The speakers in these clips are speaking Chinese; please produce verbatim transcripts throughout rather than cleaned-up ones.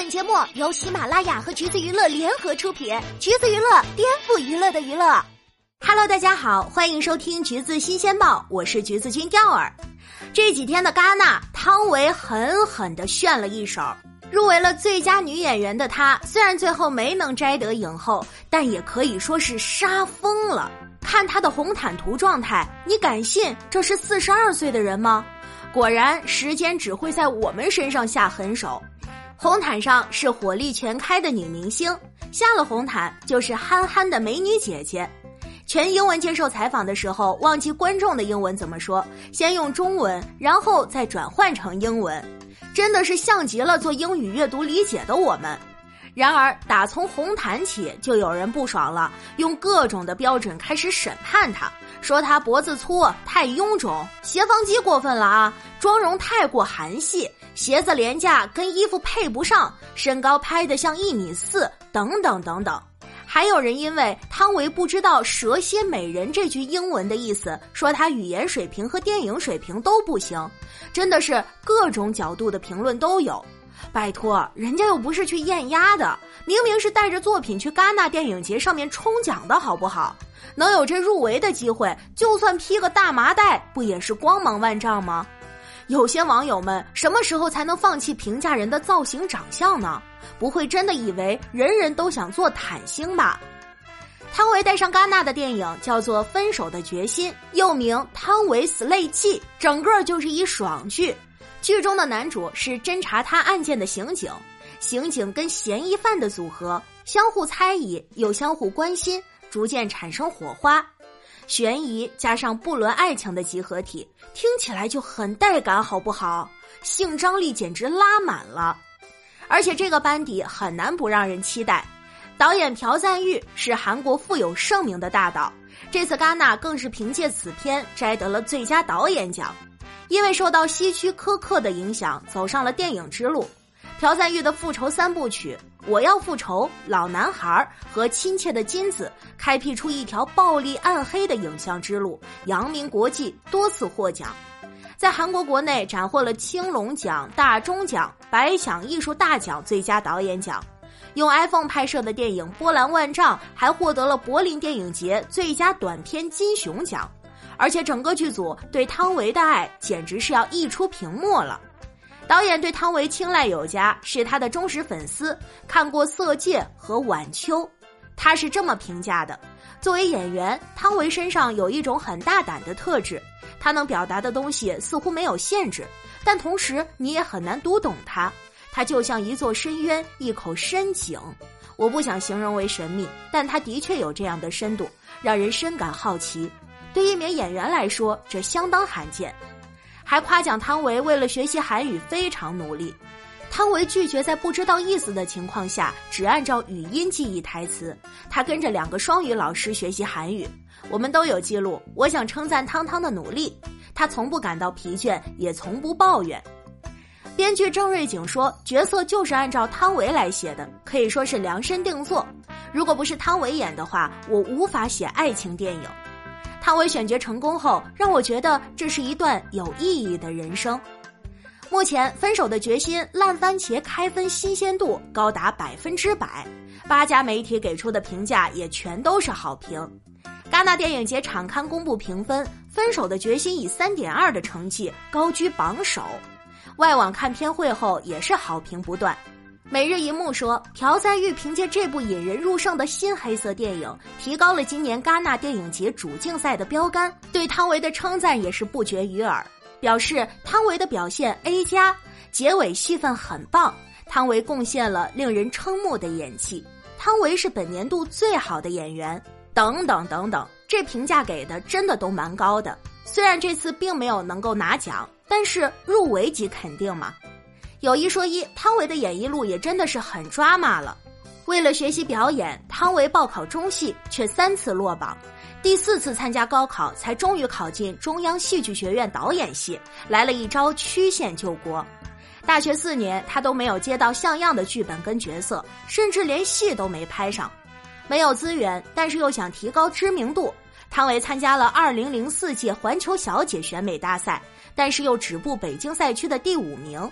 本节目由喜马拉雅和橘子娱乐联合出品，橘子娱乐颠覆娱乐的娱乐。Hello， 大家好，欢迎收听橘子新鲜报，我是橘子君钓儿。这几天的戛纳，汤唯狠狠地炫了一手。入围了最佳女演员的她，虽然最后没能摘得影后，但也可以说是杀疯了。看她的红毯图状态，你敢信这是四十二岁的人吗？果然，时间只会在我们身上下狠手。红毯上是火力全开的女明星，下了红毯就是憨憨的美女姐姐。全英文接受采访的时候，忘记观众的英文怎么说，先用中文，然后再转换成英文，真的是像极了做英语阅读理解的我们。然而打从红毯起就有人不爽了，用各种的标准开始审判她，说她脖子粗太臃肿，斜方肌过分了啊，妆容太过韩系，鞋子廉价跟衣服配不上，身高拍得像一米四，等等等等。还有人因为汤唯不知道蛇蝎美人这句英文的意思，说她语言水平和电影水平都不行，真的是各种角度的评论都有。拜托，人家又不是去验鸭的，明明是带着作品去戛纳电影节上面冲奖的好不好？能有这入围的机会，就算披个大麻袋，不也是光芒万丈吗？有些网友们什么时候才能放弃评价人的造型长相呢？不会真的以为人人都想做坦星吧？汤唯带上戛纳的电影叫做《分手的决心》，又名《汤唯 slay 记》，整个就是一爽剧。剧中的男主是侦查他案件的刑警，刑警跟嫌疑犯的组合，相互猜疑又相互关心，逐渐产生火花。悬疑加上不伦爱情的集合体，听起来就很带感好不好？性张力简直拉满了。而且这个班底很难不让人期待。导演朴赞郁是韩国富有盛名的大导，这次戛纳更是凭借此片摘得了最佳导演奖。因为受到西区苛刻的影响，走上了电影之路。朴赞郁的复仇三部曲《我要复仇》《老男孩》和《亲切的金子》开辟出一条暴力暗黑的影像之路，扬名国际，多次获奖。在韩国国内斩获了青龙奖、大钟奖、百想艺术大奖最佳导演奖。用 iPhone 拍摄的电影《波澜万丈》还获得了柏林电影节最佳短片金熊奖。而且整个剧组对汤唯的爱简直是要溢出屏幕了。导演对汤唯青睐有加，是他的忠实粉丝，看过《色戒》和《晚秋》。他是这么评价的：作为演员，汤唯身上有一种很大胆的特质，他能表达的东西似乎没有限制，但同时你也很难读懂他。他就像一座深渊，一口深井。我不想形容为神秘，但他的确有这样的深度，让人深感好奇。对一名演员来说，这相当罕见。还夸奖汤唯为了学习韩语非常努力。汤唯拒绝在不知道意思的情况下只按照语音记忆台词，她跟着两个双语老师学习韩语。我们都有记录，我想称赞汤汤的努力，她从不感到疲倦，也从不抱怨。编剧郑瑞景说，角色就是按照汤唯来写的，可以说是量身定做。如果不是汤唯演的话，我无法写爱情电影。汤唯选角成功后，让我觉得这是一段有意义的人生。目前《分手的决心》烂番茄开分新鲜度高达百分之百，八家媒体给出的评价也全都是好评。戛纳电影节场刊公布评分，《分手的决心》以 三点二 的成绩高居榜首。外网看片会后也是好评不断。每日一幕说，朴赞郁凭借这部引人入胜的新黑色电影，提高了今年戛纳电影节主竞赛的标杆，对汤唯的称赞也是不绝于耳，表示汤唯的表现 A 加，结尾戏份很棒，汤唯贡献了令人瞠目的演技，汤唯是本年度最好的演员，等等等等，这评价给的真的都蛮高的。虽然这次并没有能够拿奖，但是入围即肯定嘛。有一说一，汤唯的演艺路也真的是很抓马了。为了学习表演，汤唯报考中戏却三次落榜，第四次参加高考才终于考进中央戏剧学院导演系，来了一招曲线救国。大学四年她都没有接到像样的剧本跟角色，甚至连戏都没拍上。没有资源，但是又想提高知名度，汤唯参加了二零零四届环球小姐选美大赛，但是又止步北京赛区的第五名。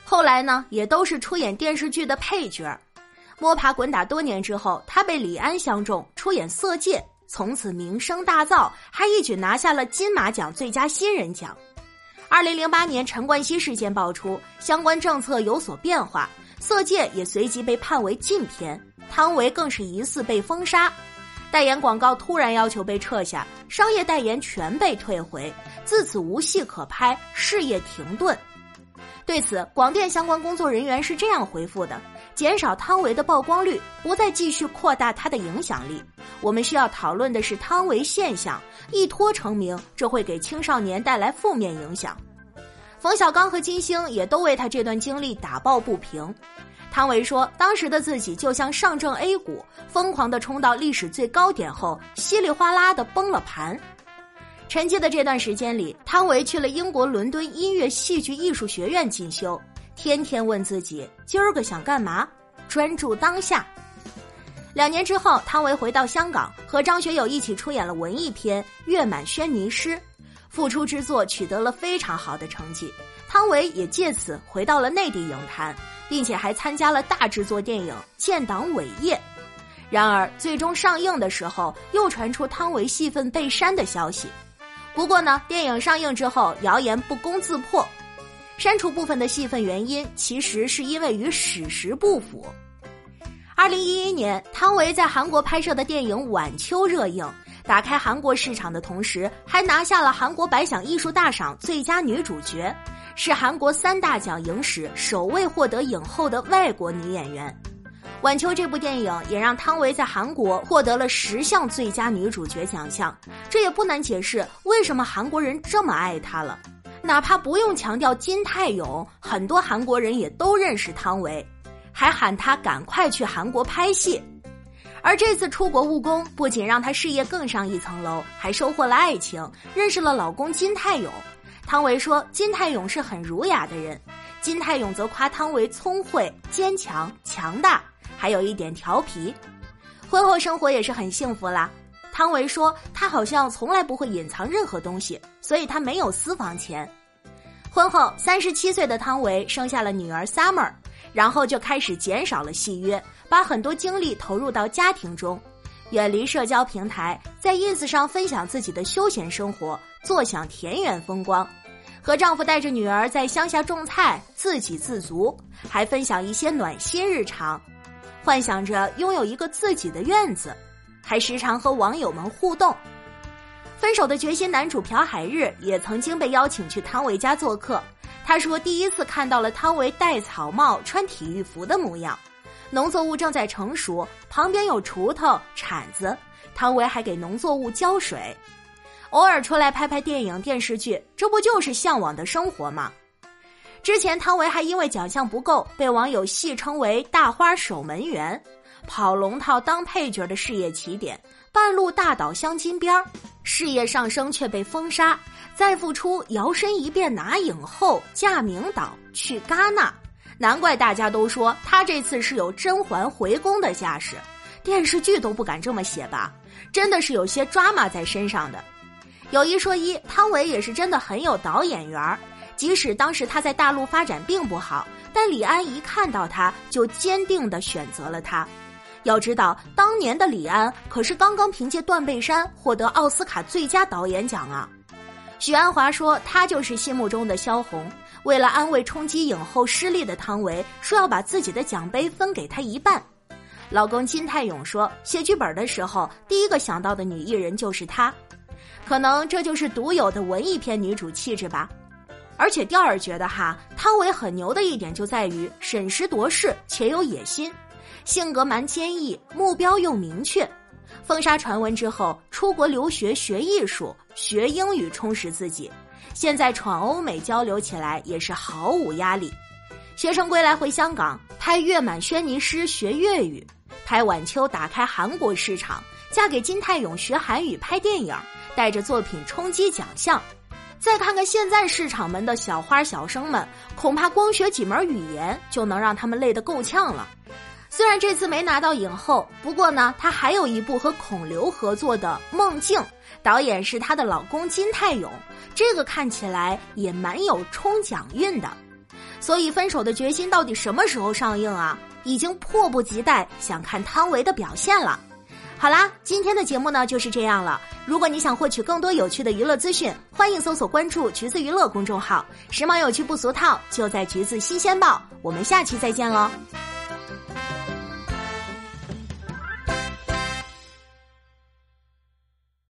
后来呢，也都是出演电视剧的配角。摸爬滚打多年之后，他被李安相中，出演《色戒》，从此名声大噪，还一举拿下了金马奖最佳新人奖。二零零八年陈冠希事件爆出，相关政策有所变化，《色戒》也随即被判为禁片，汤唯更是疑似被封杀。代言广告突然要求被撤下，商业代言全被退回，自此无戏可拍，事业停顿。对此，广电相关工作人员是这样回复的：减少汤唯的曝光率，不再继续扩大她的影响力。我们需要讨论的是汤唯现象，一拖成名，这会给青少年带来负面影响。冯小刚和金星也都为他这段经历打抱不平。汤唯说，当时的自己就像上证 A 股，疯狂地冲到历史最高点后，稀里哗啦地崩了盘。沉寂的这段时间里，汤唯去了英国伦敦音乐戏剧艺术学院进修，天天问自己今儿个想干嘛，专注当下。两年之后，汤唯回到香港，和张学友一起出演了文艺片《月满轩尼诗》，复出之作取得了非常好的成绩。汤唯也借此回到了内地影坛，并且还参加了大制作电影《建党伟业》。然而最终上映的时候，又传出汤唯戏份被删的消息。不过呢，电影上映之后，谣言不攻自破，删除部分的戏份原因其实是因为与史实不符。二零一一年，汤唯在韩国拍摄的电影《晚秋》热映，打开韩国市场的同时，还拿下了韩国百想艺术大赏最佳女主角，是韩国三大奖影史首位获得影后的外国女演员。《晚秋》这部电影也让汤唯在韩国获得了十项最佳女主角奖项，这也不难解释为什么韩国人这么爱她了。哪怕不用强调金泰勇，很多韩国人也都认识汤唯，还喊她赶快去韩国拍戏。而这次出国务工，不仅让她事业更上一层楼，还收获了爱情，认识了老公金泰勇。汤唯说金泰勇是很儒雅的人，金泰勇则夸汤唯聪慧、坚强、强大，还有一点调皮。婚后生活也是很幸福啦。汤唯说她好像从来不会隐藏任何东西，所以她没有私房钱。婚后三十七岁的汤唯生下了女儿 Summer， 然后就开始减少了戏约，把很多精力投入到家庭中，远离社交平台，在 ins 上分享自己的休闲生活，坐享田园风光。和丈夫带着女儿在乡下种菜，自给自足，还分享一些暖心日常，幻想着拥有一个自己的院子，还时常和网友们互动。分手的决心男主朴海日也曾经被邀请去汤唯家做客，他说第一次看到了汤唯戴草帽穿体育服的模样，农作物正在成熟，旁边有锄头铲子，汤唯还给农作物浇水，偶尔出来拍拍电影电视剧，这不就是向往的生活吗？之前汤唯还因为奖项不够，被网友戏称为大花守门员，跑龙套当配角的事业起点，半路大倒镶金边，事业上升却被封杀，再复出摇身一变拿影后，嫁明岛去戛纳，难怪大家都说她这次是有甄嬛回宫的架势，电视剧都不敢这么写吧，真的是有些抓马在身上的。有一说一，汤唯也是真的很有导演缘，即使当时她在大陆发展并不好，但李安一看到她就坚定地选择了她。要知道当年的李安可是刚刚凭借断背山获得奥斯卡最佳导演奖啊。许鞍华说她就是心目中的萧红，为了安慰冲击影后失利的汤唯，说要把自己的奖杯分给她一半。老公金泰勇说写剧本的时候第一个想到的女艺人就是她，可能这就是独有的文艺片女主气质吧。而且调儿觉得哈，汤唯很牛的一点就在于审时度势且有野心，性格蛮坚毅，目标又明确。封杀传闻之后，出国留学学艺术，学英语充实自己，现在闯欧美交流起来也是毫无压力。学成归来回香港，拍《月满轩尼诗》学粤语，拍《晚秋》打开韩国市场，嫁给金泰勇学韩语拍电影，带着作品冲击奖项。再看看现在市场们的小花小生们，恐怕光学几门语言就能让他们累得够呛了。虽然这次没拿到影后，不过呢，她还有一部和孔刘合作的《梦境》，导演是她的老公金泰勇，这个看起来也蛮有冲奖运的。 所以分手的决心到底什么时候上映啊？已经迫不及待想看汤唯的表现了。好啦，今天的节目呢就是这样了。如果你想获取更多有趣的娱乐资讯，欢迎搜索关注橘子娱乐公众号，时髦有趣不俗套，就在橘子新鲜报。我们下期再见喽。